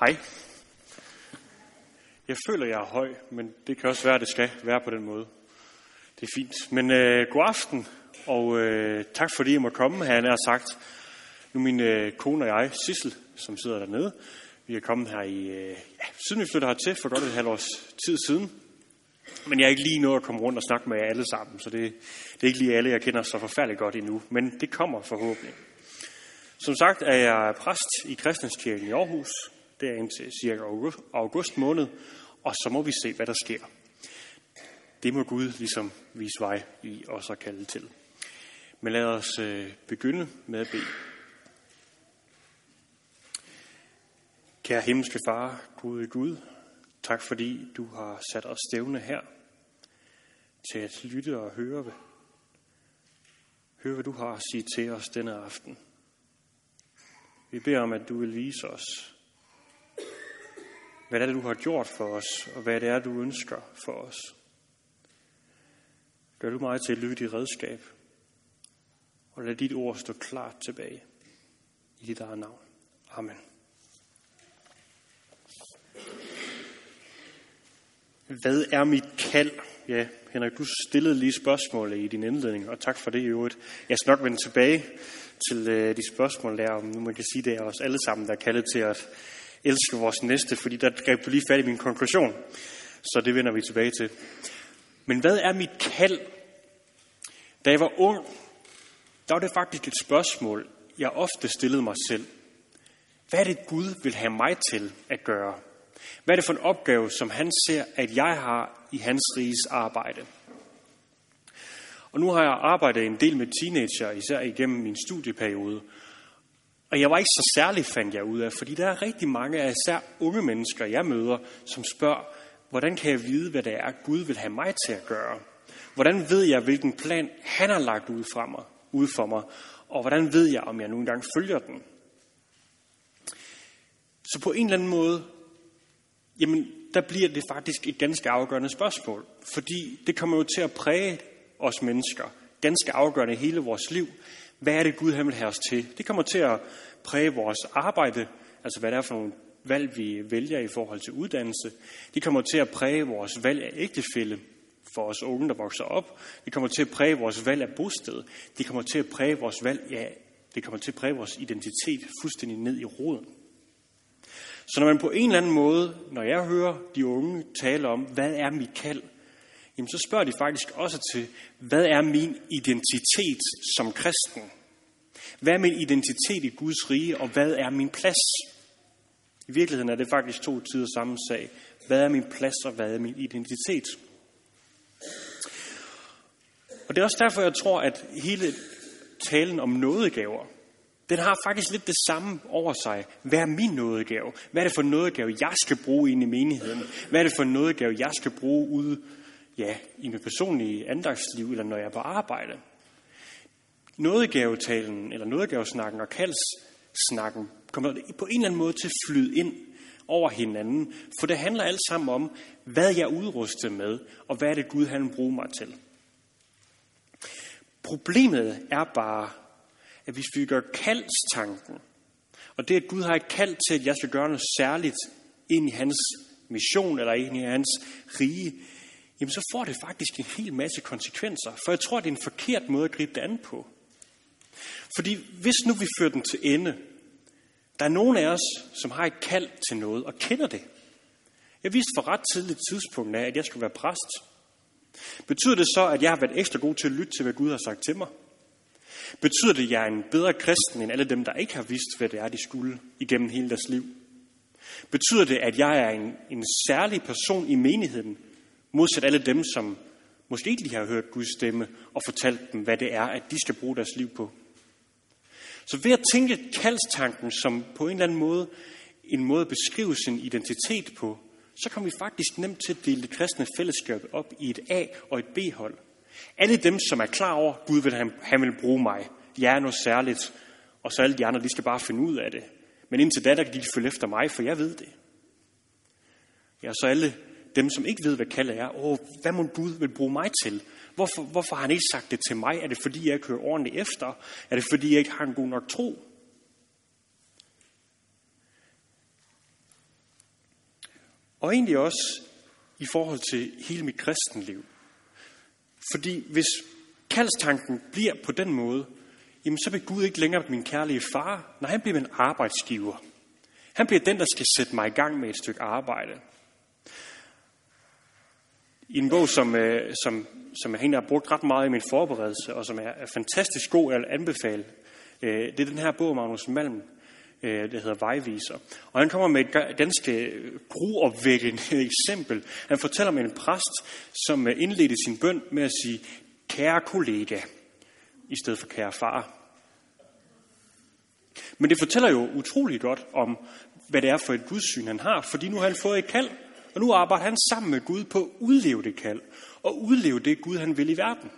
Hej. Jeg føler, jeg er høj, men det kan også være, at det skal være på den måde. Det er fint. Men god aften, og tak fordi jeg må komme her. Jeg har sagt, nu min kone og jeg, Sissel, som sidder dernede, vi er kommet her siden vi flyttede hertil for godt et halvt års tid siden. Men jeg er ikke lige nået at komme rundt og snakke med jer alle sammen, så det er ikke lige alle, jeg kender så forfærdeligt godt endnu. Men det kommer forhåbentlig. Som sagt er jeg præst i Kristenskirken i Aarhus. Det er indtil cirka august måned, og så må vi se, hvad der sker. Det må Gud ligesom vise vej i os at kalde til. Men lad os begynde med at bede. Kære himmelske Far, Gud, tak fordi du har sat os stævne her til at lytte og høre, hvad du har at sige til os denne aften. Vi beder om, at du vil vise os, hvad det er, du har gjort for os, og hvad det er, du ønsker for os. Gør du mig til et lydigt redskab, og lad dit ord stå klart tilbage i dit eget navn. Amen. Hvad er mit kald? Ja, Henrik, du stillede lige spørgsmålet i din indledning, og tak for det i øvrigt. Jeg skal nok vende tilbage til de spørgsmål der, om nu man kan sige, det er os alle sammen, der er kaldet til at elske vores næste, fordi der greb du lige fat i min konklusion, så det vender vi tilbage til. Men hvad er mit kald? Da jeg var ung, der var det faktisk et spørgsmål, jeg ofte stillede mig selv. Hvad er det, Gud vil have mig til at gøre? Hvad er det for en opgave, som han ser, at jeg har i hans riges arbejde? Og nu har jeg arbejdet en del med teenager, især igennem min studieperiode. Og jeg var ikke så særlig, fandt jeg ud af, fordi der er rigtig mange af især unge mennesker, jeg møder, som spørger, hvordan kan jeg vide, hvad det er, Gud vil have mig til at gøre? Hvordan ved jeg, hvilken plan han har lagt ud for mig? Og hvordan ved jeg, om jeg nu engang følger den? Så på en eller anden måde, jamen, der bliver det faktisk et ganske afgørende spørgsmål. Fordi det kommer jo til at præge os mennesker, ganske afgørende i hele vores liv. Hvad er det, Gud han vil have os til? Det kommer til at præge vores arbejde, altså hvad det er for nogle valg, vi vælger i forhold til uddannelse. Det kommer til at præge vores valg af ægtefælle for os unge, der vokser op. Det kommer til at præge vores valg af bosted. Det kommer til at præge vores valg, det kommer til at præge vores identitet fuldstændig ned i roden. Så når man på en eller anden måde, når jeg hører de unge tale om, hvad er mit kald, jamen så spørger de faktisk også til, hvad er min identitet som kristen? Hvad er min identitet i Guds rige, og hvad er min plads? I virkeligheden er det faktisk to tider samme sag. Hvad er min plads, og hvad er min identitet? Og det er også derfor, jeg tror, at hele talen om nådegaver, den har faktisk lidt det samme over sig. Hvad er min nådegave? Hvad er det for nådegave, jeg skal bruge ind i menigheden? Hvad er det for nådegave, jeg skal bruge ude i mit personlige andagsliv, eller når jeg er på arbejde? Nådegavetalen, eller nådegavesnakken og kaldssnakken, kommer på en eller anden måde til at flyde ind over hinanden, for det handler alt sammen om, hvad jeg er udrustet med, og hvad er det Gud han vil bruge mig til. Problemet er bare, at hvis vi gør kaldstanken, og det at Gud har et kald til, at jeg skal gøre noget særligt ind i hans mission, eller ind i hans rige, jamen så får det faktisk en hel masse konsekvenser. For jeg tror, det er en forkert måde at gribe det an på. Fordi hvis nu vi fører den til ende, der er nogen af os, som har et kald til noget, og kender det. Jeg vidste for ret tidligt tidspunkt af, at jeg skulle være præst. Betyder det så, at jeg har været ekstra god til at lytte til, hvad Gud har sagt til mig? Betyder det, at jeg er en bedre kristen end alle dem, der ikke har vidst, hvad det er, de skulle igennem hele deres liv? Betyder det, at jeg er en særlig person i menigheden, modsat alle dem, som måske ikke lige har hørt Guds stemme og fortalt dem, hvad det er, at de skal bruge deres liv på? Så ved at tænke kaldstanken som på en eller anden måde, en måde at beskrive sin identitet på, så kommer vi faktisk nemt til at dele det kristne fællesskab op i et A- og et B-hold. Alle dem, som er klar over, at Gud han vil bruge mig, jeg er noget særligt, og så alle de andre, de skal bare finde ud af det. Men indtil da, der kan de følge efter mig, for jeg ved det. Ja, og så alle dem, som ikke ved, hvad kaldet er, hvad må Gud vil bruge mig til? Hvorfor har han ikke sagt det til mig? Er det fordi, jeg kører ordentligt efter? Er det fordi, jeg ikke har en god nok tro? Og egentlig også i forhold til hele mit kristenliv. Fordi hvis kaldstanken bliver på den måde, jamen så vil Gud ikke længere min kærlige far. Nej, han bliver min arbejdsgiver. Han bliver den, der skal sætte mig i gang med et stykke arbejde. I en bog, som jeg egentlig har brugt ret meget i min forberedelse, og som er fantastisk god at anbefale, det er den her bog, Magnus Malm, det hedder Vejviser. Og han kommer med et ganske gruopvækkende eksempel. Han fortæller om en præst, som indledte sin bøn med at sige, kære kollega, i stedet for kære far. Men det fortæller jo utrolig godt om, hvad det er for et gudssyn, han har, fordi nu har han fået et kald, og nu arbejder han sammen med Gud på at udleve det kald, og udleve det Gud, han vil i verden.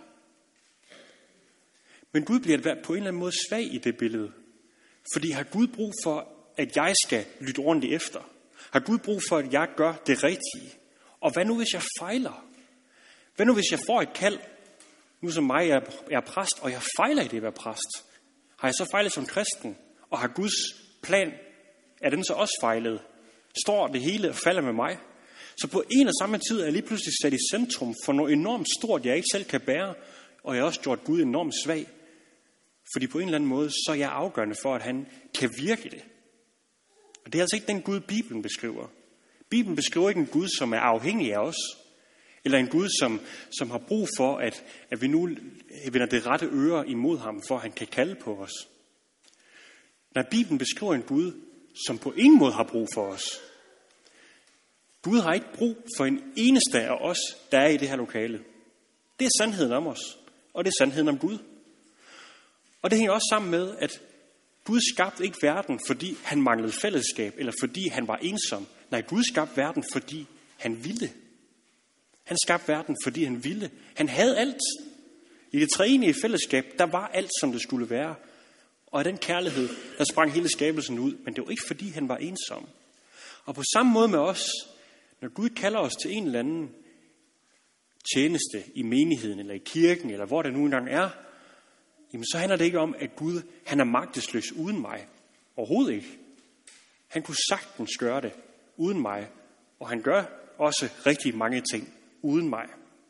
Men Gud bliver på en eller anden måde svag i det billede. Fordi har Gud brug for, at jeg skal lytte ordentligt efter? Har Gud brug for, at jeg gør det rigtige? Og hvad nu, hvis jeg fejler? Hvad nu, hvis jeg får et kald? Nu som mig, jeg er præst, og jeg fejler i det at være præst. Har jeg så fejlet som kristen? Og har Guds plan, er den så også fejlet? Står det hele og falder med mig? Så på en og samme tid er jeg lige pludselig sat i centrum for noget enormt stort, jeg ikke selv kan bære. Og jeg har også gjort Gud enormt svag. Fordi på en eller anden måde, så er jeg afgørende for, at han kan virke det. Og det er altså ikke den Gud, Bibelen beskriver. Bibelen beskriver ikke en Gud, som er afhængig af os. Eller en Gud, som har brug for, at vi nu vender det rette øre imod ham, for at han kan kalde på os. Når Bibelen beskriver en Gud, som på ingen måde har brug for os. Gud har ikke brug for en eneste af os, der er i det her lokale. Det er sandheden om os, og det er sandheden om Gud. Og det hænger også sammen med, at Gud skabte ikke verden, fordi han manglede fællesskab, eller fordi han var ensom. Nej, Gud skabte verden, fordi han ville. Han skabte verden, fordi han ville. Han havde alt. I det treenige fællesskab, der var alt, som det skulle være. Og af den kærlighed, der sprang hele skabelsen ud. Men det var ikke, fordi han var ensom. Og på samme måde med os, når Gud kalder os til en eller anden tjeneste i menigheden, eller i kirken, eller hvor det nu engang er, jamen så handler det ikke om, at Gud han er magtesløs uden mig. Overhovedet ikke. Han kunne sagtens gøre det uden mig, og han gør også rigtig mange ting uden mig.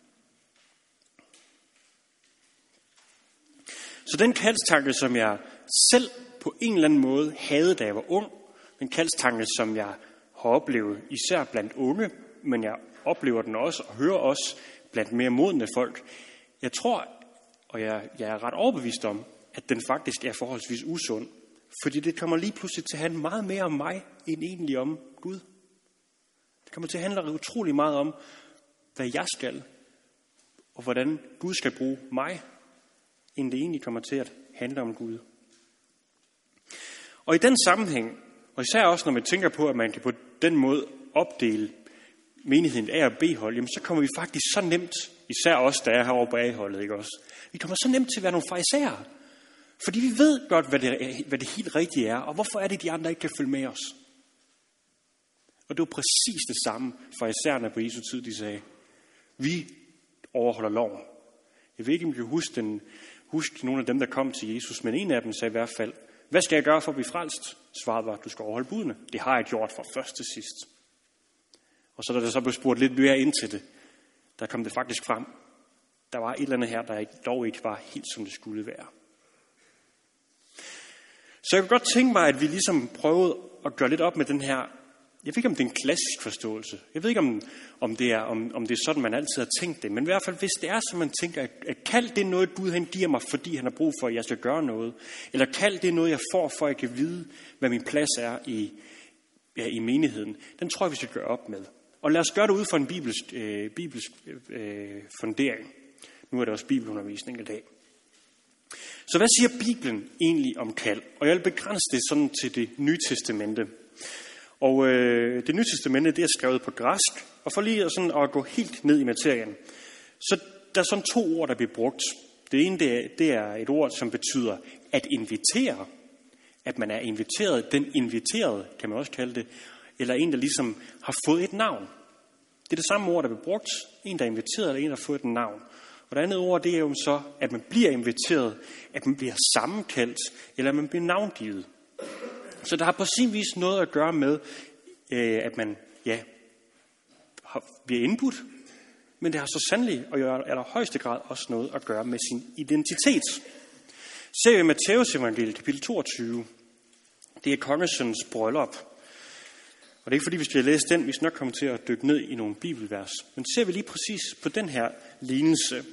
Så den kaldstanke, som jeg selv på en eller anden måde havde, da jeg var ung, den kaldstanke, som jeg har oplevet især blandt unge, men jeg oplever den også og hører også blandt mere modne folk. Jeg tror, og jeg er ret overbevist om, at den faktisk er forholdsvis usund. Fordi det kommer lige pludselig til at handle meget mere om mig, end egentlig om Gud. Det kommer til at handle utrolig meget om, hvad jeg skal, og hvordan Gud skal bruge mig, end det egentlig kommer til at handle om Gud. Og i den sammenhæng, og især også når man tænker på, at man kan på den måde opdele menigheden A- og B-hold, jamen så kommer vi faktisk så nemt, især os, der er herovre på A-holdet, ikke også? Vi kommer så nemt til at være nogle farisæere, fordi vi ved godt, hvad det helt rigtige er, og hvorfor er det, de andre ikke kan følge med os. Og det var præcis det samme, farisæerne på Jesu tid, de sagde. Vi overholder loven. Jeg ved ikke, om I kan huske nogle af dem, der kom til Jesus, men en af dem sagde i hvert fald, hvad skal jeg gøre for at blive frelst? Svaret var, du skal overholde budene. Det har jeg gjort fra først til sidst. Og så da der så blev spurgt lidt mere ind til det, der kom det faktisk frem. Der var et eller andet her, der dog ikke var helt som det skulle være. Så jeg kunne godt tænke mig, at vi ligesom prøvede at gøre lidt op med den her, jeg ved ikke, om det er en klassisk forståelse. Jeg ved ikke, om det er sådan, man altid har tænkt det. Men i hvert fald, hvis det er, som man tænker, at kald det noget, Gud han giver mig, fordi han har brug for, at jeg skal gøre noget. Eller kald det noget, jeg får, for at jeg kan vide, hvad min plads er i menigheden. Den tror jeg, vi skal gøre op med. Og lad os gøre det ud fra en bibelsk fundering. Nu er det også bibelundervisning i dag. Så hvad siger Bibelen egentlig om kald? Og jeg vil begrænse det sådan til det Nye Testamente. Og det Nye Testamente, det er skrevet på græsk. Og for lige sådan at gå helt ned i materien, så der er sådan 2 ord, der bliver brugt. Det ene, det er et ord, som betyder at invitere. At man er inviteret. Den inviterede, kan man også kalde det. Eller en, der ligesom har fået et navn. Det er det samme ord, der bliver brugt. En, der er inviteret, eller en, der har fået et navn. Og det andet ord, det er jo så, at man bliver inviteret, at man bliver sammenkaldt, eller at man bliver navngivet. Så der har på sin vis noget at gøre med, at man bliver indbudt, men det har så sandelig og i allerhøjeste grad også noget at gøre med sin identitet. Ser vi Matthæus evangeliet, kapitel 22, det er kongesønnens bryllup. Og det er ikke fordi, vi skal læse den, vi skal nok komme til at dykke ned i nogle bibelvers. Men ser vi lige præcis på den her lignelse,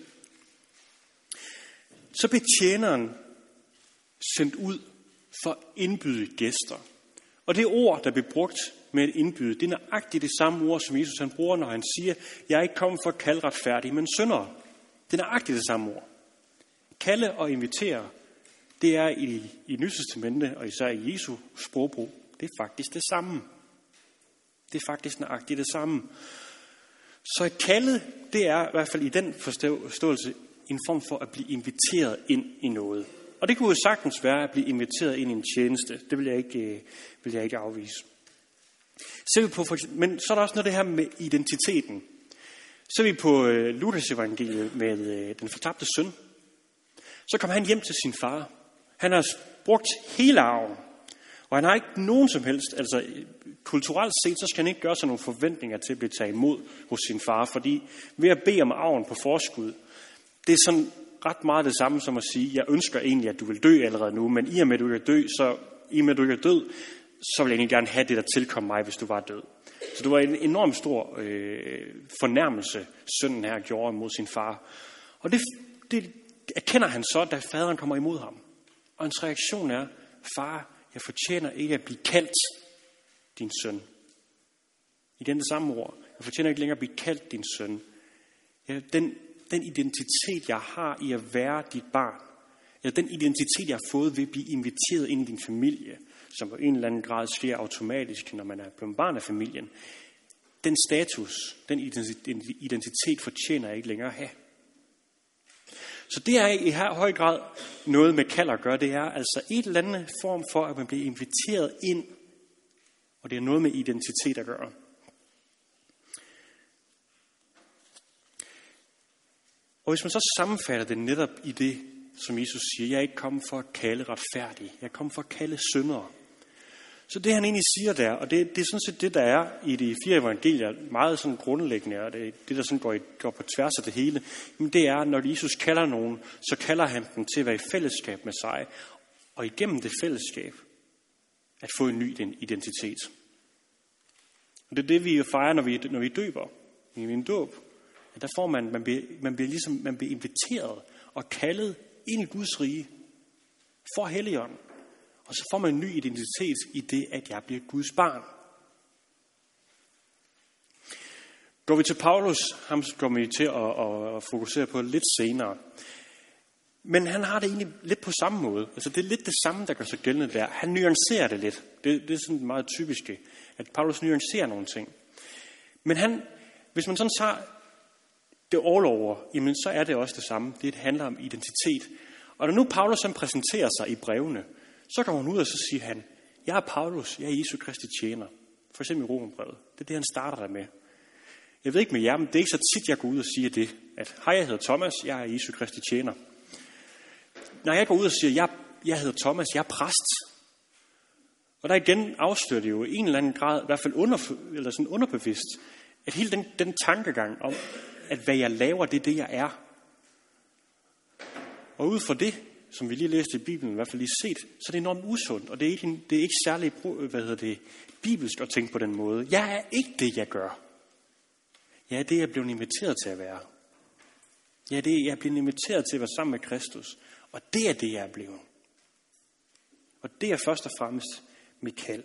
så bliver tjeneren sendt ud for at indbyde gæster. Og det ord, der bliver brugt med at indbyde, det er nøjagtigt det samme ord, som Jesus han bruger, når han siger, jeg er ikke kommet for at kalde retfærdige, men syndere. Det er nøjagtigt det samme ord. Kalde og invitere, det er i Nye Testamente, og især i Jesu sprogbrug, det er faktisk det samme. Det er faktisk nøjagtigt det samme. Så et kalde, det er i hvert fald i den forståelse en form for at blive inviteret ind i noget. Og det kunne jo sagtens være at blive inviteret ind i en tjeneste. Det vil jeg ikke afvise. Ser vi på men så er der også noget af det her med identiteten. Ser vi på Lukas evangeliet med den fortabte søn, så kom han hjem til sin far. Han har brugt hele arven, og han har ikke nogen som helst, altså kulturelt set, så skal han ikke gøre sig nogle forventninger til at blive taget imod hos sin far, fordi ved at bede om arven på forskud, det er sådan ret meget det samme som at sige, jeg ønsker egentlig, at du vil dø allerede nu, men i og med, at du ikke er død, så vil jeg egentlig gerne have det, der tilkom mig, hvis du var død. Så det var en enormt stor fornærmelse, sønnen her gjorde mod sin far. Og det erkender han så, da faderen kommer imod ham. Og hans reaktion er, far, jeg fortjener ikke at blive kaldt din søn. Igen det samme ord. Jeg fortjener ikke længere at blive kaldt din søn. Den identitet, jeg har i at være dit barn, eller den identitet, jeg har fået ved at blive inviteret ind i din familie, som på en eller anden grad sker automatisk, når man er blevet barn af familien, den status, den identitet fortjener jeg ikke længere at have. Så det er i høj grad noget med kald at gøre. Det er altså et eller andet form for, at man bliver inviteret ind, og det er noget med identitet at gøre. Og hvis man så sammenfatter det netop i det, som Jesus siger, jeg er ikke kommet for at kalde retfærdige, jeg er kommet for at kalde syndere. Så det han egentlig siger der, og det er sådan set det, der er i de 4 evangelier, meget sådan grundlæggende, og det der sådan går på tværs af det hele, men det er, når Jesus kalder nogen, så kalder han dem til at være i fællesskab med sig, og igennem det fællesskab, at få en ny identitet. Og det er det, vi fejrer, når vi døber, i en dåb. Der får man bliver inviteret og kaldet ind i Guds rige for Helligånden. Og så får man en ny identitet i det, at jeg bliver Guds barn. Går vi til Paulus, ham går vi til at fokusere på lidt senere. Men han har det egentlig lidt på samme måde. Altså det er lidt det samme, der gør sig gældende der. Han nuancerer det lidt. Det er sådan meget typiske, at Paulus nuancerer nogle ting. Men hvis man sådan tager det all over, jamen så er det også det samme. Det handler om identitet. Og når nu Paulus han præsenterer sig i brevene, så kommer han ud og så siger han, jeg er Paulus, jeg er Jesu Kristi tjener. For eksempel i Romerbrevet. Det er det, han starter der med. Jeg ved ikke med jer, men det er ikke så tit, jeg går ud og siger det, at hej, jeg hedder Thomas, jeg er Jesu Kristi tjener. Når jeg går ud og siger, jeg hedder Thomas, jeg er præst. Og der igen afslører det jo i en eller anden grad, i hvert fald underbevidst, at hele den tankegang om, at hvad jeg laver, det er det, jeg er. Og ud fra det, som vi lige læste i Bibelen, i hvert fald lige set, så er det enormt usundt, og det er ikke særlig bibelsk at tænke på den måde. Jeg er ikke det, jeg gør. Jeg er det, jeg er blevet inviteret til at være. Jeg er det, jeg er blevet inviteret til at være sammen med Kristus. Og det er det, jeg er blevet. Og det er først og fremmest mit kald.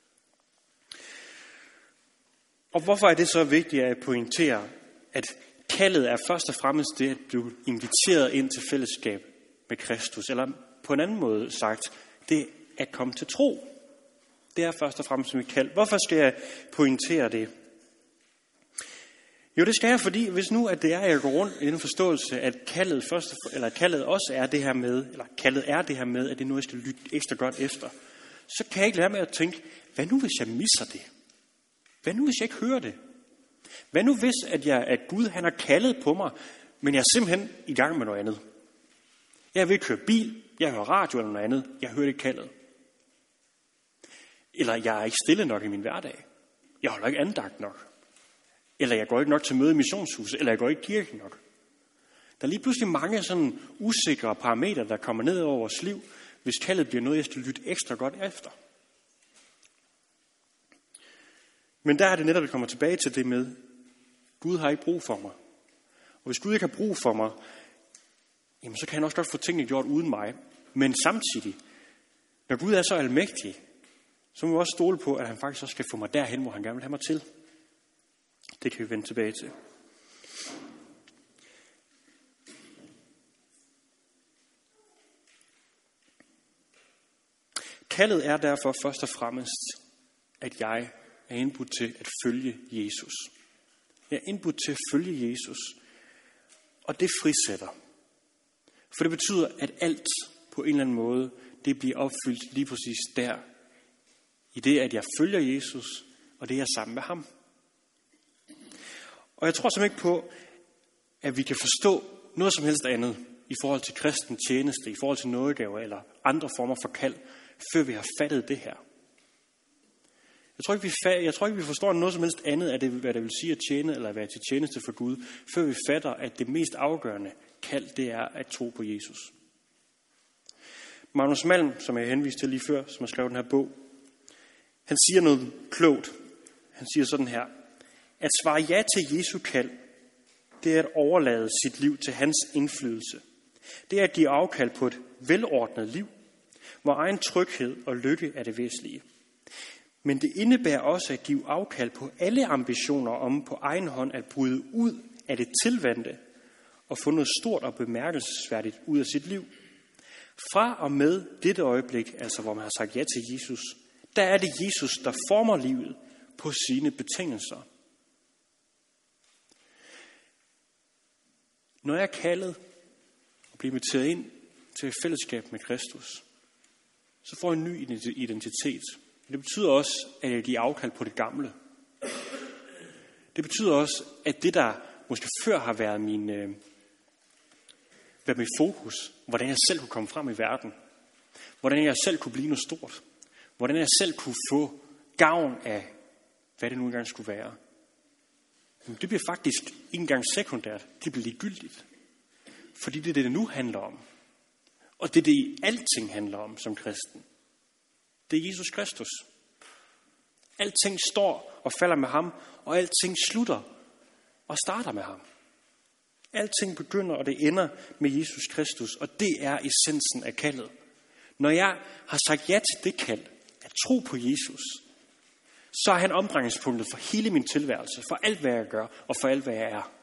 Og hvorfor er det så vigtigt at pointere, at kaldet er først og fremmest det, at blive inviteret ind til fællesskab med Kristus. Eller på en anden måde sagt, det at komme til tro. Det er først og fremmest mit kald. Hvorfor skal jeg pointere det? Jo, det skal jeg, fordi hvis nu at det er, at jeg går rundt i den forståelse, at kaldet også er det her med, eller kaldet er det her med, at det er noget, jeg skal lytte ekstra godt efter, så kan jeg ikke lade med at tænke, hvad nu hvis jeg misser det? Hvad nu hvis jeg ikke hører det? Hvad nu hvis at Gud han har kaldet på mig, men jeg er simpelthen i gang med noget andet? Jeg vil ikke køre bil, jeg hører radio eller noget andet, jeg hører ikke kaldet. Eller jeg er ikke stille nok i min hverdag. Jeg holder ikke andagt nok. Eller jeg går ikke nok til møde i missionshuset, eller jeg går ikke i kirke nok. Der er lige pludselig mange sådan usikre parametre, der kommer ned over vores liv, hvis kaldet bliver noget, jeg skal lytte ekstra godt efter. Men der er det netop, det kommer tilbage til det med, Gud har ikke brug for mig. Og hvis Gud ikke har brug for mig, jamen så kan han også godt få tingene gjort uden mig. Men samtidig, når Gud er så almægtig, så må vi også stole på, at han faktisk også skal få mig derhen, hvor han gerne vil have mig til. Det kan vi vende tilbage til. Kaldet er derfor først og fremmest, at jeg er indbudt til at følge Jesus. Jeg er indbudt til at følge Jesus. Og det frisætter. For det betyder, at alt på en eller anden måde, det bliver opfyldt lige præcis der. I det, at jeg følger Jesus, og det er jeg sammen med ham. Og jeg tror simpelthen ikke på, at vi kan forstå noget som helst andet i forhold til kristen tjeneste, i forhold til nådegaver eller andre former for kald, før vi har fattet det her. Jeg tror ikke, vi forstår noget som helst andet af det, hvad det vil sige at tjene eller være til tjeneste for Gud, før vi fatter, at det mest afgørende kald, det er at tro på Jesus. Magnus Malm, som jeg henviste til lige før, som har skrevet den her bog, han siger noget klogt. Han siger sådan her: at svare ja til Jesu kald, det er at overlade sit liv til hans indflydelse. Det er at give afkald på et velordnet liv, hvor egen tryghed og lykke er det væsentlige. Men det indebærer også at give afkald på alle ambitioner om på egen hånd at bryde ud af det tilvandte og få noget stort og bemærkelsesværdigt ud af sit liv. Fra og med dette øjeblik, altså hvor man har sagt ja til Jesus, der er det Jesus, der former livet på sine betingelser. Når jeg er kaldet og bliver inviteret ind til et fællesskab med Kristus, så får jeg en ny identitet. Det betyder også, at jeg giver afkald på det gamle. Det betyder også, at det, der måske før har været mit fokus, hvordan jeg selv kunne komme frem i verden, hvordan jeg selv kunne blive noget stort, hvordan jeg selv kunne få gavn af, hvad det nu engang skulle være. Men det bliver faktisk ikke engang sekundært, det bliver ligegyldigt. Fordi det er det nu handler om. Og det er det, alting handler om som kristen. Det er Jesus Kristus. Alting står og falder med ham, og alting slutter og starter med ham. Alting begynder, og det ender med Jesus Kristus, og det er essensen af kaldet. Når jeg har sagt ja til det kald, at tro på Jesus, så er han omdrejningspunktet for hele min tilværelse, for alt, hvad jeg gør, og for alt, hvad jeg er.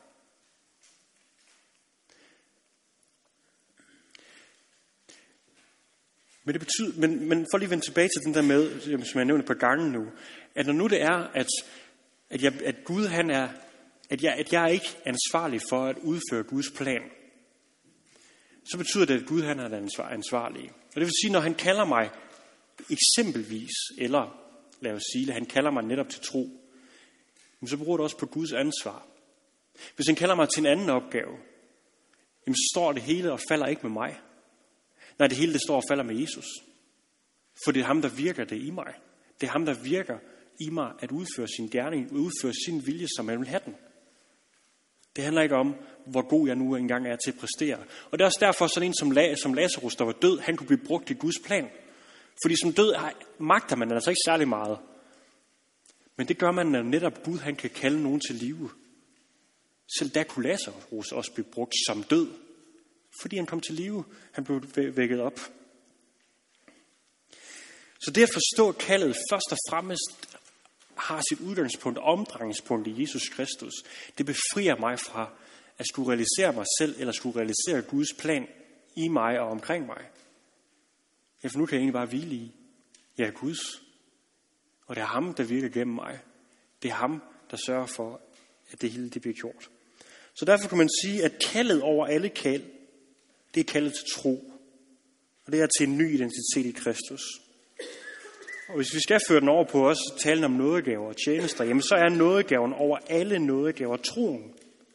Men det betyder, men for lige at vende tilbage til den der med, som jeg nævnte på gangen nu, at når nu det er, at Gud han er, at jeg er ikke ansvarlig for at udføre Guds plan, så betyder det, at Gud han er den ansvarlige. Og det vil sige, når han kalder mig eksempelvis, eller lad os sige, at han kalder mig netop til tro, så beror det også på Guds ansvar. Hvis han kalder mig til en anden opgave, så står det hele og falder ikke med mig. Nej, det hele det står og falder med Jesus. For det er ham, der virker det i mig. Det er ham, der virker i mig at udføre sin gerning, udføre sin vilje, som han vil have den. Det handler ikke om, hvor god jeg nu engang er til at præstere. Og det er også derfor, sådan en som Lazarus, der var død, han kunne blive brugt i Guds plan. Fordi som død magter man altså ikke særlig meget. Men det gør man, når netop Gud han kan kalde nogen til live. Selv der kunne Lazarus også blive brugt som død. Fordi han kom til live. Han blev vækket op. Så det at forstå kaldet først og fremmest har sit udgangspunkt og omdrejningspunkt i Jesus Kristus. Det befrier mig fra at skulle realisere mig selv, eller skulle realisere Guds plan i mig og omkring mig. Ja, for nu kan jeg egentlig bare hvile i, jeg er Guds. Og det er ham, der virker gennem mig. Det er ham, der sørger for, at det hele det bliver gjort. Så derfor kan man sige, at kaldet over alle kald, det er kaldet til tro. Og det er til en ny identitet i Kristus. Og hvis vi skal føre den over på også talen om nådegaver og tjenester, jamen så er nådegaven over alle nådegaver troen.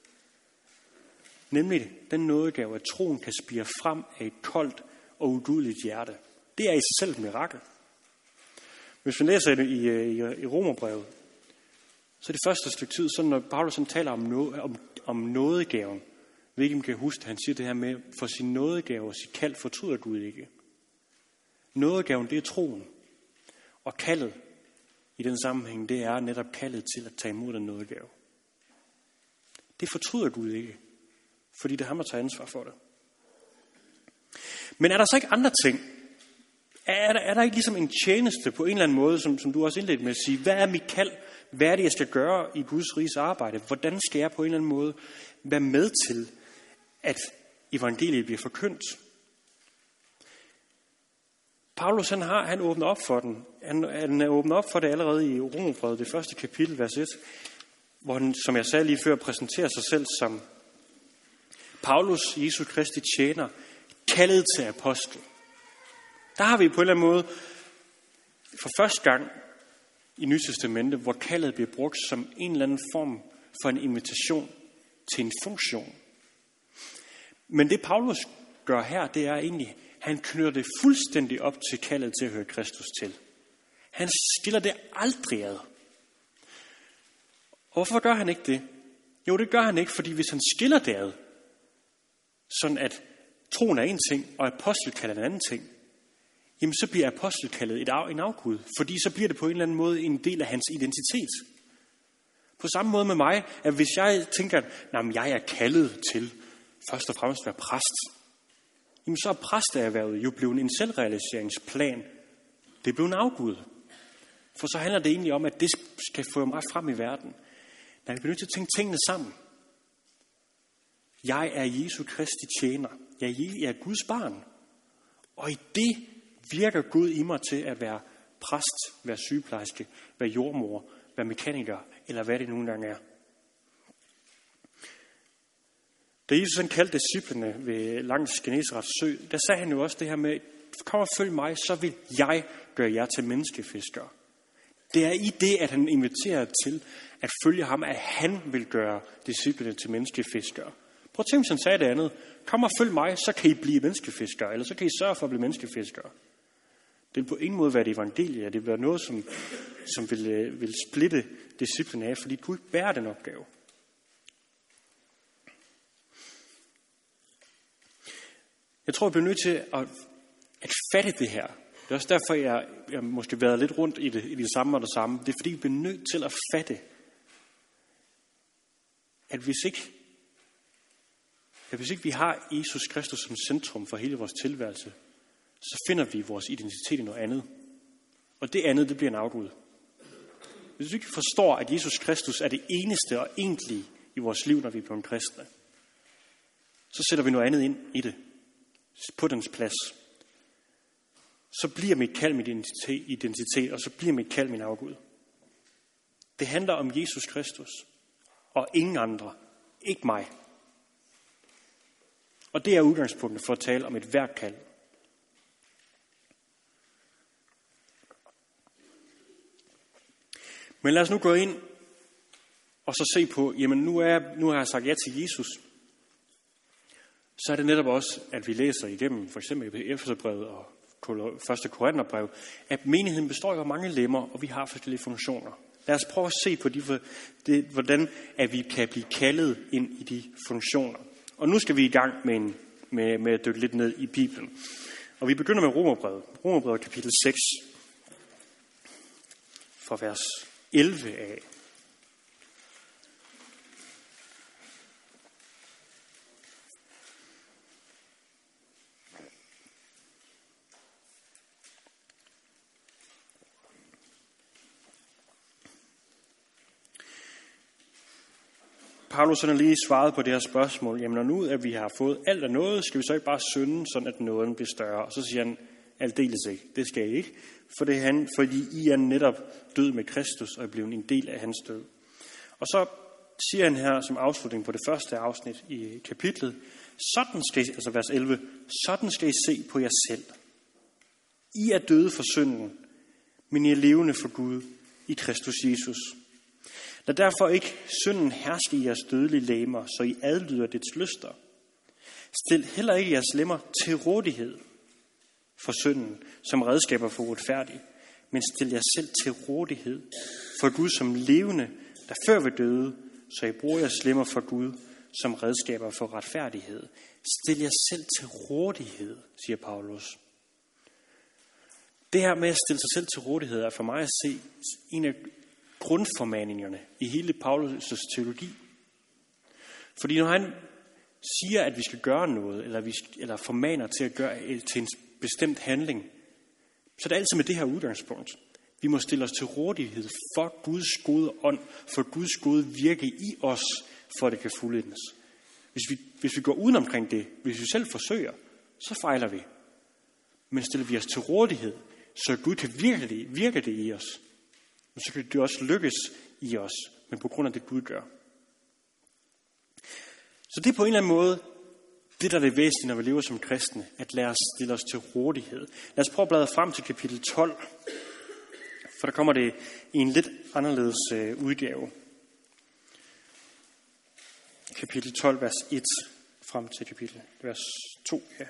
Nemlig den nådegave, at troen kan spire frem af et koldt og ugudeligt hjerte. Det er i sig selv et mirakel. Hvis vi læser i Romerbrevet, så Så det første stykke tid, så når Paulus taler om nådegaven, hvilken kan huske, han siger det her med, for sin nådegave og sit kald fortryder Gud ikke. Nådegaven, det er troen. Og kaldet i den sammenhæng, det er netop kaldet til at tage imod den nådegave. Det fortryder Gud ikke, fordi det er ham, der tager ansvar for det. Men er der så ikke andre ting? Er der ikke ligesom en tjeneste på en eller anden måde, som du også indledte med at sige, hvad er mit kald? Hvad er det, jeg skal gøre i Guds riges arbejde? Hvordan skal jeg på en eller anden måde være med til, at evangeliet bliver forkyndt? Paulus han åbner op for den. Han åbner op for det allerede i Romerbrevet, det første kapitel, vers 1, hvor han, som jeg sagde lige før, præsenterer sig selv som Paulus, Jesus Kristi tjener, kaldet til apostel. Der har vi på en eller anden måde for første gang i Nye Testamente, hvor kaldet bliver brugt som en eller anden form for en invitation til en funktion. Men det Paulus gør her, det er egentlig, han knytter det fuldstændig op til kaldet til at høre Kristus til. Han skiller det aldrig ad. Og hvorfor gør han ikke det? Jo, det gør han ikke, fordi hvis han skiller det ad, sådan at troen er en ting, og apostelkaldet er en anden ting, jamen så bliver apostelkaldet en afgud, fordi så bliver det på en eller anden måde en del af hans identitet. På samme måde med mig, at hvis jeg tænker, at jeg er kaldet til først og fremmest at være præst, jamen så er præsteerhvervet jo blevet en selvrealiseringsplan. Det er blevet en afgud. For så handler det egentlig om, at det skal få mig frem i verden. Der er vi nødt til at tænke tingene sammen. Jeg er Jesu Kristi tjener. Jeg er Guds barn. Og i det virker Gud i mig til at være præst, være sygeplejerske, være jordmor, være mekaniker, eller hvad det nogle gange er. Da Jesus han kaldte disciplene ved langs Genesarets sø, der sagde han jo også det her med, kom og følg mig, så vil jeg gøre jer til menneskefiskere. Det er i det, at han inviterer til at følge ham, at han vil gøre disciplene til menneskefiskere. Prøv at tænke, hvis han sagde det andet. Kom og følg mig, så kan I blive menneskefiskere, eller så kan I sørge for at blive menneskefiskere. Det vil på ingen måde være et evangelie, det vil være noget, som vil splitte disciplene af, fordi Gud bærer den opgave. Jeg tror, jeg bliver nødt til at fatte det her. Det er også derfor, jeg måske været lidt rundt i det samme og det samme. Det er fordi, vi bliver nødt til at fatte, at hvis ikke vi har Jesus Kristus som centrum for hele vores tilværelse, så finder vi vores identitet i noget andet. Og det andet, det bliver en afgud. Hvis vi ikke forstår, at Jesus Kristus er det eneste og egentlige i vores liv, når vi er blevet kristne, så sætter vi noget andet ind i det, på dens plads. Så bliver mit kald min identitet, og så bliver mit kald min afgud. Det handler om Jesus Kristus, og ingen andre, ikke mig. Og det er udgangspunktet for at tale om et hvert kald. Men lad os nu gå ind og så se på, jamen nu har jeg sagt ja til Jesus. Så er det netop også, at vi læser igennem, for eksempel i Efeserbrevet og 1. Korintherbrev, at menigheden består af mange lemmer, og vi har forskellige funktioner. Lad os prøve at se på hvordan at vi kan blive kaldet ind i de funktioner. Og nu skal vi i gang med at dykke lidt ned i Bibelen. Og vi begynder med Romerbrevet. Romerbrevet kapitel 6, fra vers 11 af. Paulus har lige svaret på det her spørgsmål. Jamen, når nu at vi har fået alt af noget, skal vi så ikke bare synde, sådan at nåden bliver større? Og så siger han, aldeles ikke. Det skal I ikke. Fordi I er netop død med Kristus og er blevet en del af hans død. Og så siger han her som afslutning på det første afsnit i kapitlet, sådan skal I, altså vers 11, sådan skal I se på jer selv. I er døde for synden, men I er levende for Gud i Kristus Jesus. Lad derfor ikke synden herske i jeres dødelige legemer, så I adlyder dets lyster. Stil heller ikke jeres lemmer til rådighed for synden, som redskaber for uretfærdig, men stil jer selv til rådighed for Gud som levende da før vi døde, så I bruger jeres lemmer for Gud som redskaber for retfærdighed. Stil jer selv til rådighed, siger Paulus. Det her med at stille sig selv til rådighed er for mig at se en af grundformaningerne i hele Paulus' teologi. Fordi når han siger, at vi skal gøre noget, eller formaner til at gøre til en bestemt handling, så er det altid med det her udgangspunkt. Vi må stille os til rådighed for Guds gode ånd, for Guds gode virke i os, for at det kan fuldendes. Hvis vi går udenomkring det, hvis vi selv forsøger, så fejler vi. Men stiller vi os til rådighed, så Gud kan virke det i os, så kan det også lykkes i os, men på grund af det Gud gør. Så det er på en eller anden måde, det der er det væsentlige, når vi lever som kristne, at lade os stille os til rådighed. Lad os prøve at bladre frem til kapitel 12, for der kommer det i en lidt anderledes udgave. Kapitel 12, vers 1, frem til kapitel vers 2. Ja.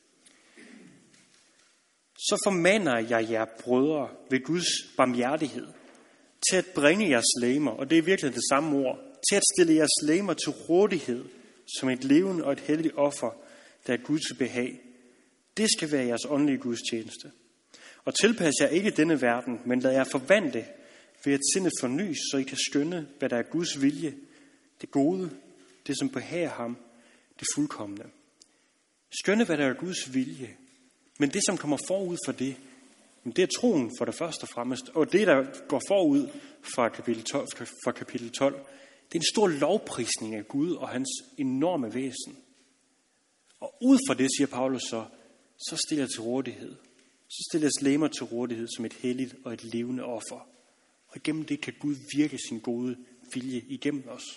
Så formaner jeg jer, brødre, ved Guds barmhjertighed, til at bringe jeres legemer, og det er virkelig det samme ord, til at stille jeres legemer til rådighed, som et levende og et helligt offer, der er Guds behag. Det skal være jeres åndelige gudstjeneste. Og tilpas jer ikke denne verden, men lad jer forvandle ved at sindet fornys, så I kan skønne, hvad der er Guds vilje, det gode, det som behager ham, det fuldkomne. Skønne, hvad der er Guds vilje. Men det, som kommer forud for det, det er troen for det første og fremmest. Og det, der går forud for kapitel 12, det er en stor lovprisning af Gud og hans enorme væsen. Og ud fra det, siger Paulus så stiller jeg til rådighed. Så stiller jeg legemer til rådighed som et helligt og et levende offer. Og igennem det kan Gud virke sin gode vilje igennem os.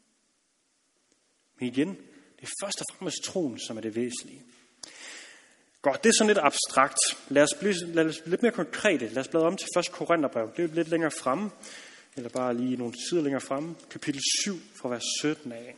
Men igen, det er først og fremmest troen, som er det væsentlige. Godt, det er sådan lidt abstrakt. Lad os blive lidt mere konkrete. Lad os bladre om til 1. Korintherbrev. Det er lidt længere fremme, eller bare lige nogle sider længere fremme. Kapitel 7 fra vers 17 af.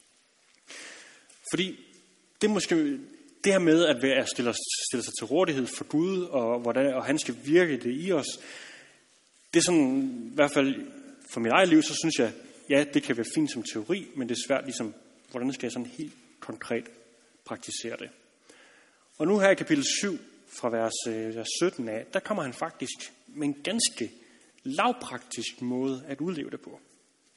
Fordi det er måske det her med at stille sig til rådighed for Gud, og han skal virke det i os. Det er sådan, i hvert fald for mit eget liv, så synes jeg, ja, det kan være fint som teori, men det er svært ligesom, hvordan skal jeg sådan helt konkret praktisere det. Og nu her i kapitel 7, fra vers 17 af, der kommer han faktisk med en ganske lavpraktisk måde at udleve det på.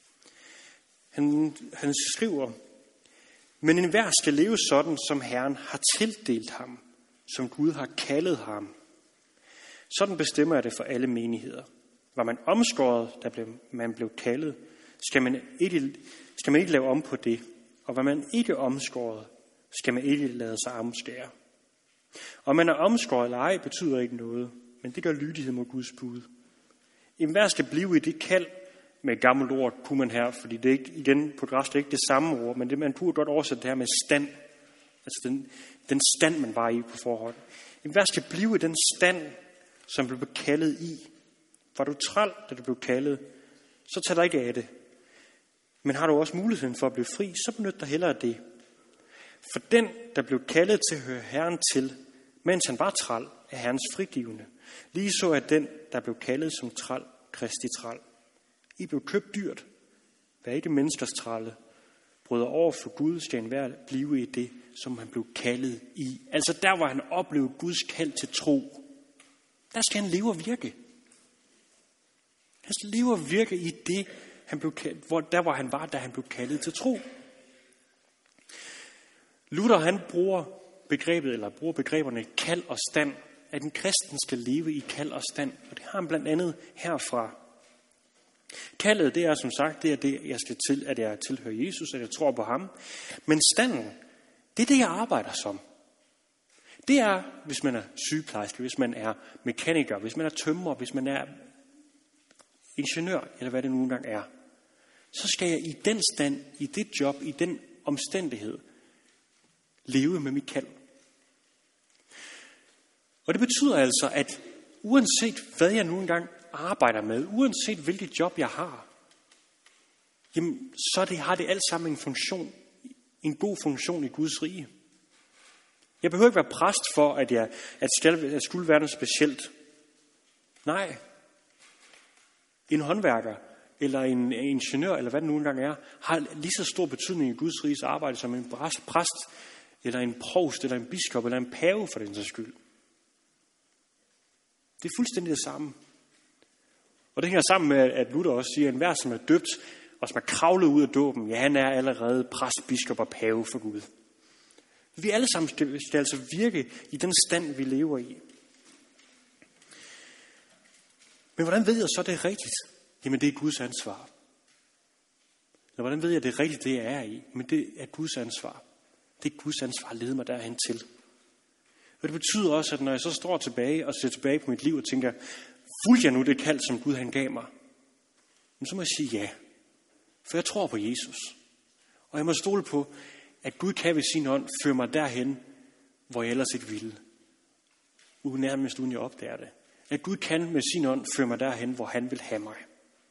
Han skriver, men enhver skal leve sådan, som Herren har tildelt ham, som Gud har kaldet ham. Sådan bestemmer jeg det for alle menigheder. Var man omskåret, da man blev kaldet, skal man ikke lave om på det. Og var man ikke omskåret, skal man ikke lade sig omskære. Om man er omskåret eller ej, betyder ikke noget, men det gør lydighed mod Guds bud. Enhver skal blive i det kald, med et gammelt ord kunne man her, fordi det er ikke, igen på græs, det er ikke det samme ord, men det, man kunne godt oversætte det her med stand. Altså den stand, man var i på forhånd. Enhver skal blive i den stand, som blev kaldet i. Var du træl, da du blev kaldet, så tag dig ikke af det. Men har du også muligheden for at blive fri, så benyt dig hellere det. For den, der blev kaldet til at høre Herren til, mens han var træl, er Herrens frigivende. Lige så er den, der blev kaldet som træl, Kristi træl. I blev købt dyrt. Vær ikke menneskers trælle. Bryder over for Gud, skal enhver blive i det, som han blev kaldet i. Altså der, hvor han oplevede Guds kald til tro. Der skal han leve og virke. Han skal leve og virke i det, hvor han var, da han blev kaldet til tro. Luther, han bruger begreberne kald og stand, at en kristen skal leve i kald og stand. Og det har han blandt andet herfra. Kaldet, det er som sagt, det er det, jeg skal til, at jeg tilhører Jesus, at jeg tror på ham. Men standen, det er det, jeg arbejder som. Det er, hvis man er sygeplejerske, hvis man er mekaniker, hvis man er tømrer, hvis man er ingeniør, eller hvad det nu engang er. Så skal jeg i den stand, i det job, i den omstændighed, leve med mit kald. Og det betyder altså, at uanset hvad jeg nu engang arbejder med, uanset hvilket job jeg har, jamen, så har det alt sammen en funktion, en god funktion i Guds rige. Jeg behøver ikke være præst for, at jeg skulle være noget specielt. Nej. En håndværker eller en ingeniør, eller hvad det nu engang er, har lige så stor betydning i Guds riges arbejde som en præst, eller en provst, eller en biskop, eller en pave for den sags skyld. Det er fuldstændig det samme. Og det hænger sammen med, at Luther også siger, at enhver, som er døbt, og som er kravlet ud af dåben, ja, han er allerede præst, biskop og pave for Gud. Vi alle sammen skal altså virke i den stand, vi lever i. Men hvordan ved jeg så, det er rigtigt? Jamen, det er Guds ansvar. Eller hvordan ved jeg, det er rigtigt, det jeg er i? Men det er Guds ansvar. Det er Guds ansvar at lede mig derhen til. Og det betyder også, at når jeg så står tilbage og ser tilbage på mit liv og tænker, fulgte jeg nu det kald, som Gud han gav mig? Men så må jeg sige ja. For jeg tror på Jesus. Og jeg må stole på, at Gud kan ved sin ånd føre mig derhen, hvor jeg ellers ikke ville. Nærmest uden jeg opdager det. At Gud kan med sin ånd føre mig derhen, hvor han vil have mig.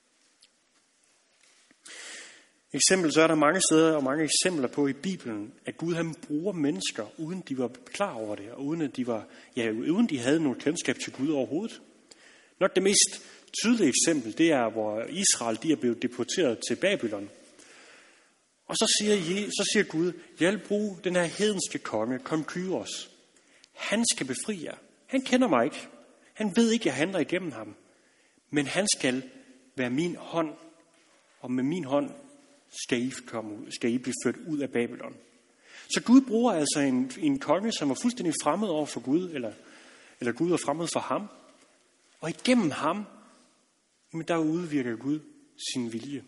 Eksempel, så er der mange steder og mange eksempler på i Bibelen, at Gud han bruger mennesker, uden de var klar over det, og uden de havde noget kendskab til Gud overhovedet. Nok det mest tydelige eksempel, det er, hvor Israel de er blevet deporteret til Babylon. Og så siger Gud, jeg vil bruge den her hedenske konge, kong Kyros. Han skal befri jer. Han kender mig ikke. Han ved ikke, at jeg handler igennem ham. Men han skal være min hånd, og med min hånd skal I blive ført ud af Babylon. Så Gud bruger altså en konge, som er fuldstændig fremmed over for Gud, eller Gud er fremmed for ham. Og igennem ham, jamen der udvirker Gud sin vilje.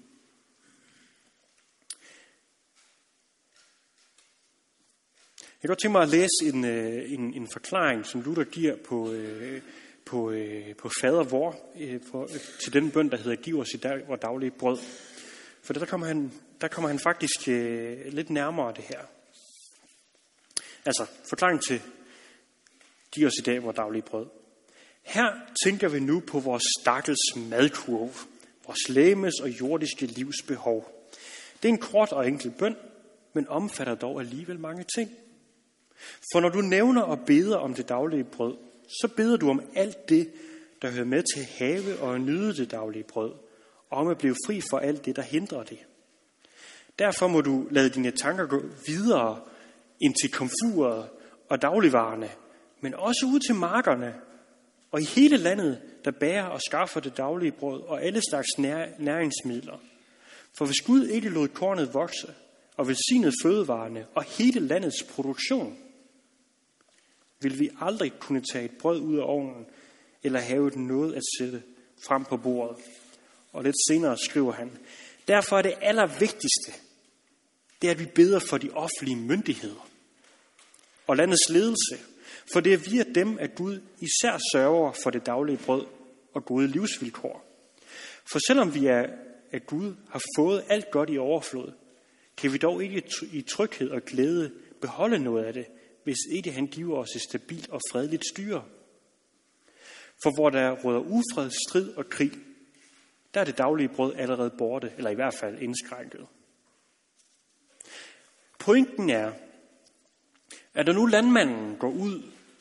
Jeg kan godt tænke mig at læse en forklaring, som Luther giver på fader vor, til den bøn, der hedder, giv os i dag vores daglige brød. For der kommer han faktisk lidt nærmere det her. Altså, forklaring til, giv os i dag vores daglige brød. Her tænker vi nu på vores stakkels madkurve, vores legemes og jordiske livs behov. Det er en kort og enkel bøn, men omfatter dog alligevel mange ting. For når du nævner og beder om det daglige brød, så beder du om alt det, der hører med til at have og nyde det daglige brød, og om at blive fri for alt det, der hindrer det. Derfor må du lade dine tanker gå videre ind til komfuret og dagligvarerne, men også ud til markerne og i hele landet, der bærer og skaffer det daglige brød og alle slags næringsmidler. For hvis Gud ikke lod kornet vokse og velsignede fødevarene og hele landets produktion, vil vi aldrig kunne tage et brød ud af ovnen eller have noget at sætte frem på bordet. Og lidt senere skriver han, derfor er det allervigtigste, det er, at vi beder for de offentlige myndigheder og landets ledelse, for det er via dem, at Gud især sørger for det daglige brød og gode livsvilkår. For selvom vi af Gud har fået alt godt i overflod, kan vi dog ikke i tryghed og glæde beholde noget af det, hvis ikke han giver os et stabilt og fredeligt styre. For hvor der råder ufred, strid og krig, der er det daglige brød allerede borte, eller i hvert fald indskrænket. Pointen er, at når nu landmanden går ud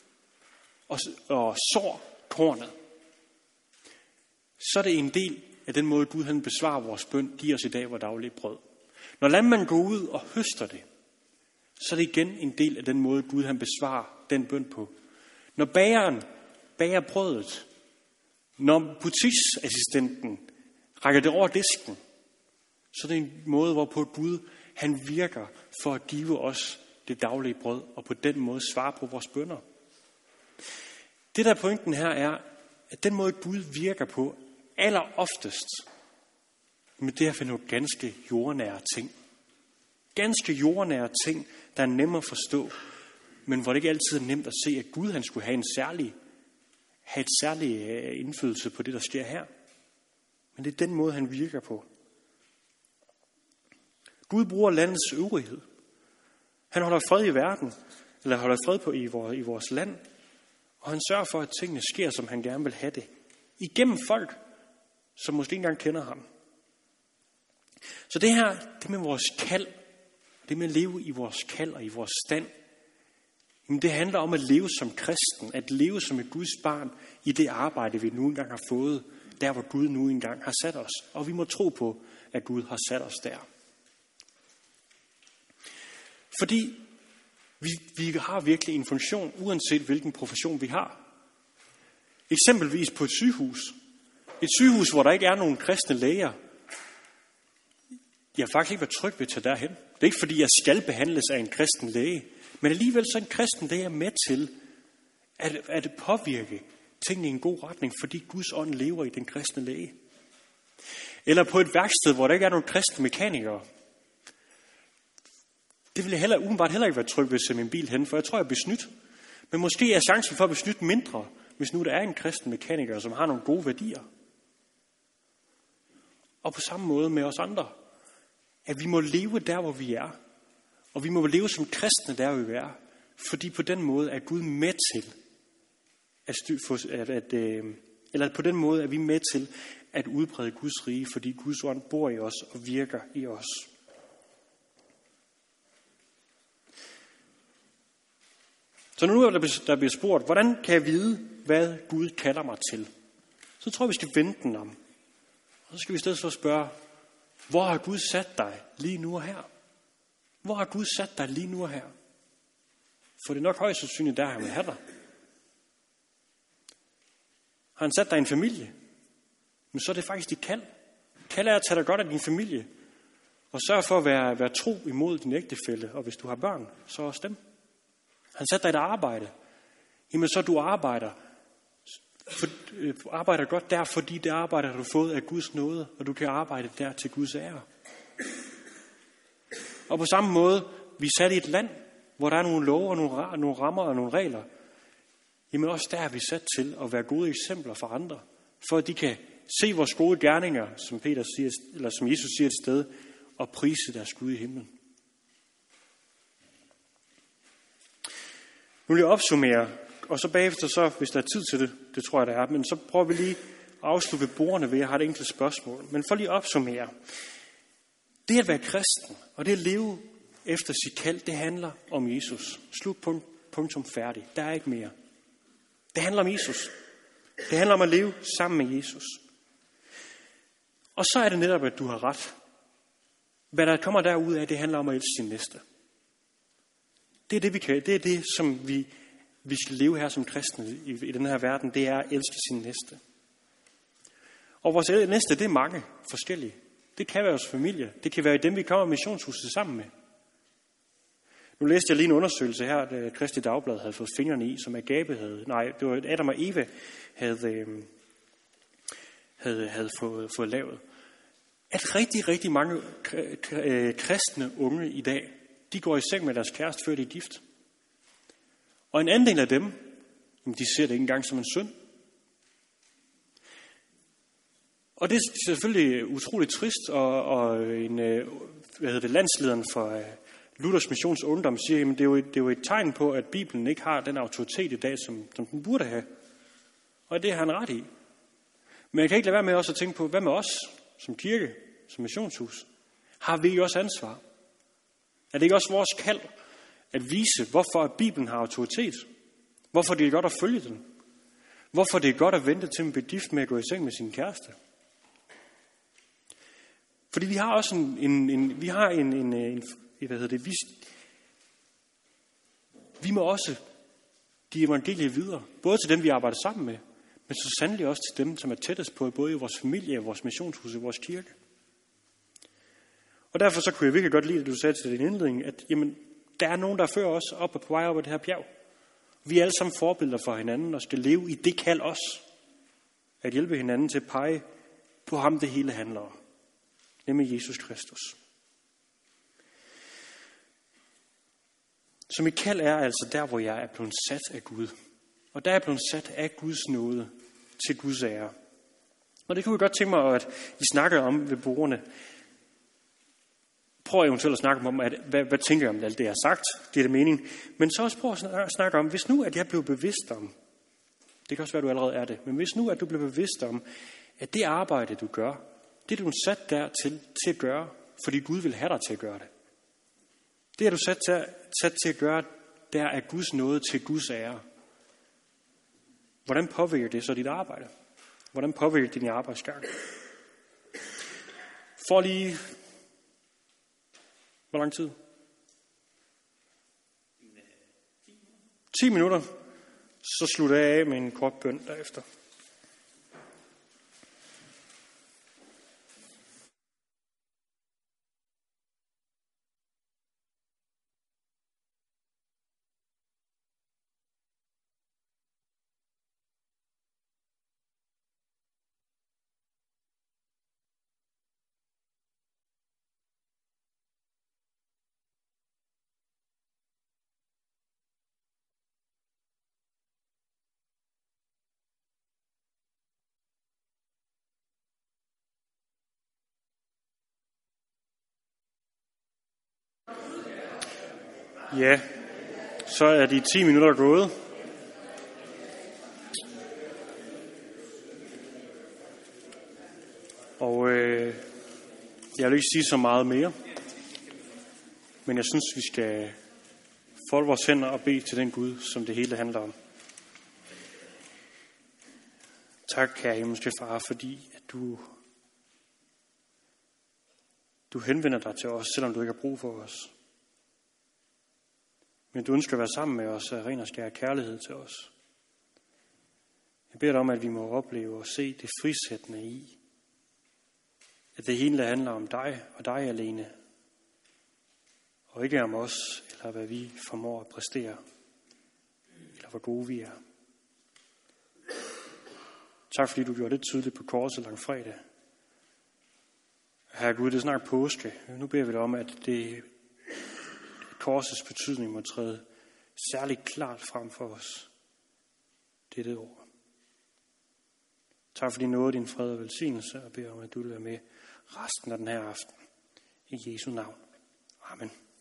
og sår kornet, så er det en del af den måde, Gud han besvarer vores bøn, giv os i dag vores daglige brød. Når landmanden går ud og høster det, så er det igen en del af den måde, Gud han besvarer den bøn på. Når bageren bager brødet, når butiksassistenten rækker det over disken, så er det en måde, hvorpå Gud han virker for at give os det daglige brød, og på den måde svare på vores bønner. Det der pointen her er, at den måde Gud virker på alleroftest, men det er for nogle ganske jordnære ting. Ganske jordnære ting, der er nemme at forstå, men hvor det ikke altid er nemt at se, at Gud han skulle have et særlig indflydelse på det, der sker her. Men det er den måde, han virker på. Gud bruger landets øvrighed. Han holder fred i verden, eller holder fred på i vores land, og han sørger for, at tingene sker, som han gerne vil have det. Igennem folk, som måske ikke engang kender ham. Så det med vores kald, det med at leve i vores kald og i vores stand, det handler om at leve som kristen, at leve som et Guds barn i det arbejde, vi nu engang har fået der hvor Gud nu engang har sat os. Og vi må tro på, at Gud har sat os der. Fordi vi har virkelig en funktion, uanset hvilken profession vi har. Eksempelvis på et sygehus. Et sygehus, hvor der ikke er nogen kristne læger. Jeg har faktisk ikke været tryg ved at tage derhen. Det er ikke fordi, jeg skal behandles af en kristen læge. Men alligevel så en kristen læge er med til at påvirke tingene i en god retning, fordi Guds ånd lever i den kristne læge. Eller på et værksted, hvor der ikke er nogen kristne mekanikere. Det vil jeg umiddelbart heller ikke være tryg ved at sætte min bil hen, for jeg tror, jeg bliver snydt. Men måske er chancen for at blive snydt mindre, hvis nu der er en kristen mekaniker, som har nogle gode værdier. Og på samme måde med os andre. At vi må leve der, hvor vi er. Og vi må leve som kristne der, hvor vi er. Fordi på den måde er Gud med til eller på den måde er vi med til at udbrede Guds rige, fordi Guds ånd bor i os og virker i os. Så nu der bliver spurgt, hvordan kan jeg vide, hvad Gud kalder mig til? Så tror jeg, vi skal vende den om. Og så skal vi i stedet for spørge, hvor har Gud sat dig lige nu og her? Hvor har Gud sat dig lige nu og her? For det er nok højst sandsynligt, der han vil have dig. Har han sat dig i en familie? Men så er det faktisk dit kald. Kald er at tage dig godt af din familie. Og sørg for at være tro imod din ægtefælle. Og hvis du har børn, så også dem. Han sat dig i et arbejde. Jamen så du arbejder godt der, fordi det arbejde har du fået af Guds nåde, og du kan arbejde der til Guds ære. Og på samme måde, vi er sat i et land, hvor der er nogle love og nogle rammer og nogle regler. Jamen også der er vi sat til at være gode eksempler for andre, for at de kan se vores gode gerninger, som Peter siger, eller som Jesus siger et sted, og prise deres Gud i himlen. Nu vil jeg opsummere, og så bagefter, så, hvis der er tid til det tror jeg, der er, men så prøver vi lige at afslutte ved bordene ved, at jeg har et enkelt spørgsmål. Men for lige at opsummere. Det at være kristen, og det at leve efter sit kald, det handler om Jesus. Slut, punktum, færdig. Der er ikke mere. Det handler om Jesus. Det handler om at leve sammen med Jesus. Og så er det netop, at du har ret. Hvad der kommer derud af, det handler om at elske sin næste. Det er det, vi kan. Det er det, som vi skal leve her som kristne i den her verden. Det er at elske sin næste. Og vores næste, det er mange forskellige. Det kan være vores familie. Det kan være dem, vi kommer i missionshuset sammen med. Nu læste jeg lige en undersøgelse her, at Kristi Dagblad havde fået fingrene i, som Agape havde. Nej, det var Adam og Eva havde fået lavet. At rigtig, rigtig mange kristne unge i dag, de går i seng med deres kæreste, før de er gift. Og en anden del af dem, de ser det ikke engang som en synd. Og det er selvfølgelig utroligt trist, og landslederen for Luthers Missions Ungdom siger, at det er jo et tegn på, at Bibelen ikke har den autoritet i dag, som den burde have. Og det har han ret i. Men jeg kan ikke lade være med også at tænke på, hvad med os som kirke, som missionshus? Har vi også ansvar? Er det ikke også vores kald at vise, hvorfor Bibelen har autoritet? Hvorfor det er godt at følge den? Hvorfor det er godt at vente til man bliver gift med at gå i seng med sin kæreste? Fordi vi har også vi må også give evangeliet videre, både til dem, vi arbejder sammen med, men så sandelig også til dem, som er tættest på, både i vores familie, i vores missionshus og vores kirke. Og derfor så kunne jeg virkelig godt lide, at du sagde til din indledning, at jamen, der er nogen, der fører os op og på vej op ad det her bjerg. Vi er alle sammen forbilleder for hinanden og skal leve i det kald også. At hjælpe hinanden til at pege på ham, det hele handler om. Nemlig Jesus Kristus. Så mit kald er altså der, hvor jeg er blevet sat af Gud. Og der er jeg blevet sat af Guds nåde til Guds ære. Og det kunne jeg godt tænke mig, at I snakker om ved bordene. Prøv eventuelt at snakke om, hvad tænker jeg om alt det, jeg har sagt. Det er det mening. Men så også prøv at snakke om, hvis nu, at jeg blev bevidst om, det kan også være, at du allerede er det, men hvis nu, at du blev bevidst om, at det arbejde, du gør, det er du sat der til at gøre, fordi Gud vil have dig til at gøre det. Det er du sat til at gøre, der er Guds nåde til Guds ære. Hvordan påvirker det så dit arbejde? Hvordan påvirker det din arbejdsgang? For lige... Hvor lang tid? 10 minutter. Så slutter jeg af med en kort bøn derefter. Ja, så er de 10 minutter gået. Og jeg vil ikke sige så meget mere. Men jeg synes, vi skal folde vores hænder og bede til den Gud, som det hele handler om. Tak, kære himmelske far, fordi at du henvender dig til os, selvom du ikke har brug for os. Men du ønsker at være sammen med os af ren og skær kærlighed til os. Jeg beder dig om, at vi må opleve og se det frisættende i, at det hele handler om dig og dig alene, og ikke om os, eller hvad vi formår at præstere, eller hvor gode vi er. Tak fordi du gjorde det tydeligt på korset langfredag. Herre Gud, det er snart påske. Nu beder vi dig om, at korsets betydning må træde særligt klart frem for os. Dette ord. Tak fordi nåede din fred og velsignelse, og beder om, at du vil være med resten af den her aften. I Jesu navn. Amen.